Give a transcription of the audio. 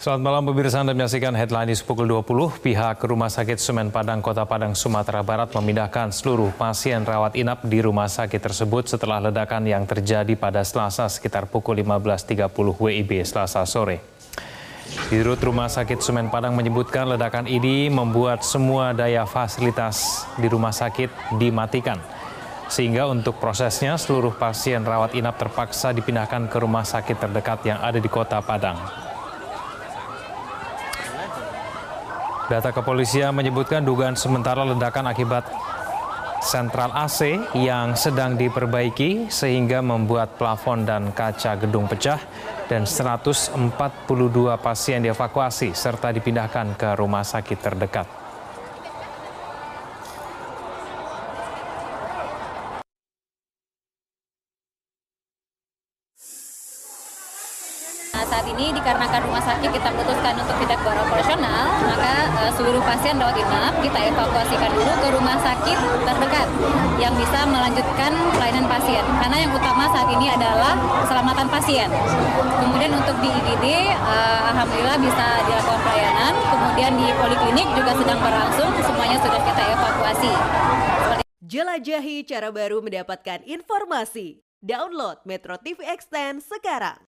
Selamat malam pemirsa, Anda menyaksikan Headline News pukul 20. Pihak Rumah Sakit Semen Padang, Kota Padang, Sumatera Barat memindahkan seluruh pasien rawat inap di rumah sakit tersebut setelah ledakan yang terjadi pada Selasa sekitar pukul 15.30 WIB Selasa sore. Dirut Rumah Sakit Semen Padang menyebutkan ledakan ini membuat semua daya fasilitas di rumah sakit dimatikan. Sehingga untuk prosesnya seluruh pasien rawat inap terpaksa dipindahkan ke rumah sakit terdekat yang ada di Kota Padang. Data kepolisian menyebutkan dugaan sementara ledakan akibat sentral AC yang sedang diperbaiki sehingga membuat plafon dan kaca gedung pecah dan 142 pasien dievakuasi serta dipindahkan ke rumah sakit terdekat. Saat ini dikarenakan rumah sakit kita putuskan untuk tidak beroperasional, maka seluruh pasien rawat inap kita evakuasikan dulu ke rumah sakit terdekat yang bisa melanjutkan pelayanan pasien. Karena yang utama saat ini adalah keselamatan pasien. Kemudian untuk di IGD, alhamdulillah bisa dilakukan pelayanan. Kemudian di poliklinik juga sedang berlangsung, semuanya sudah kita evakuasi. Jelajahi cara baru mendapatkan informasi. Download Metro TV Extend sekarang.